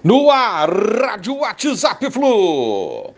No ar, Rádio WhatsApp Flu.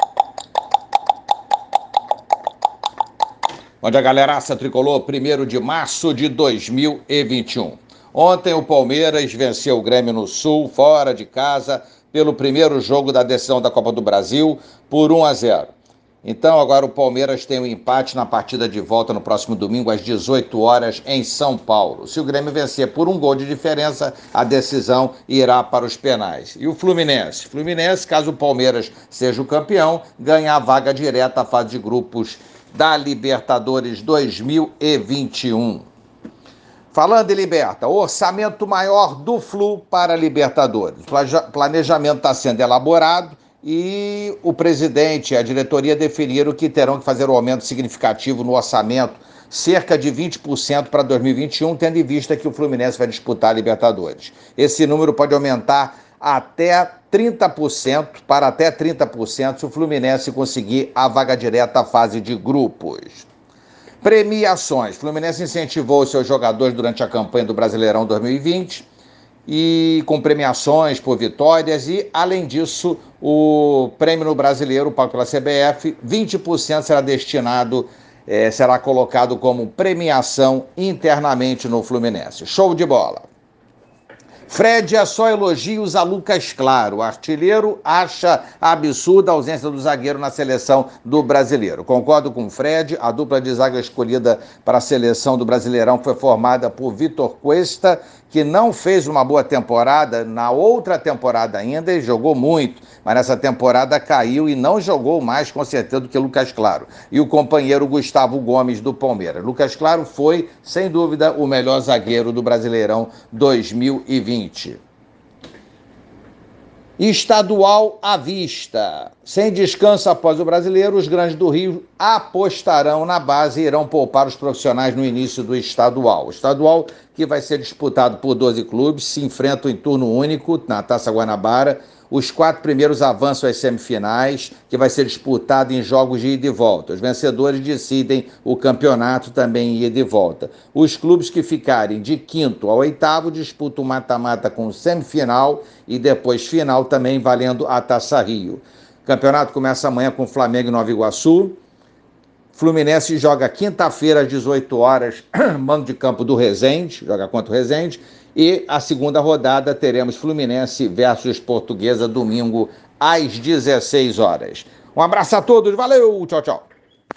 Onde a galeraça tricolor, 1º de março de 2021. Ontem o Palmeiras venceu o Grêmio no Sul, fora de casa, pelo primeiro jogo da decisão da Copa do Brasil, por 1-0. Então agora o Palmeiras tem um empate na partida de volta no próximo domingo às 18 horas em São Paulo. Se o Grêmio vencer por 1 gol de diferença, a decisão irá para os penais. E o Fluminense? Caso o Palmeiras seja o campeão, ganha a vaga direta à fase de grupos da Libertadores 2021. Falando em Liberta, orçamento maior do Flu para a Libertadores. O planejamento está sendo elaborado e o presidente e a diretoria definiram que terão que fazer um aumento significativo no orçamento, cerca de 20% para 2021, tendo em vista que o Fluminense vai disputar a Libertadores. Esse número pode aumentar até 30%, para até 30%, se o Fluminense conseguir a vaga direta à fase de grupos. Premiações. O Fluminense incentivou os seus jogadores durante a campanha do Brasileirão 2020 e com premiações por vitórias e, além disso, o prêmio no Brasileiro, pago pela CBF, 20% será destinado, será colocado como premiação internamente no Fluminense. Show de bola! Fred é só elogios a Lucas Claro. O artilheiro acha absurda a ausência do zagueiro na seleção do Brasileiro. Concordo com o Fred, a dupla de zaga escolhida para a seleção do Brasileirão foi formada por Vitor Cuesta, que não fez uma boa temporada. Na outra temporada ainda ele jogou muito, mas nessa temporada caiu e não jogou mais, com certeza, do que Lucas Claro. E o companheiro Gustavo Gomes do Palmeiras. Lucas Claro foi, sem dúvida, o melhor zagueiro do Brasileirão 2020. Estadual à vista. Sem descanso após o Brasileiro, os grandes do Rio apostarão na base e irão poupar os profissionais no início do estadual. O estadual, que vai ser disputado por 12 clubes, se enfrentam em turno único na Taça Guanabara. Os 4 primeiros avançam às semifinais, que vai ser disputado em jogos de ida e volta. Os vencedores decidem o campeonato também em ida e volta. Os clubes que ficarem de 5º ao 8º disputam o mata-mata com semifinal e depois final também valendo a Taça Rio. O campeonato começa amanhã com Flamengo e Nova Iguaçu. Fluminense joga quinta-feira às 18 horas, mando de campo do Resende, joga contra o Resende. E a segunda rodada teremos Fluminense versus Portuguesa, domingo às 16 horas. Um abraço a todos, valeu, tchau, tchau.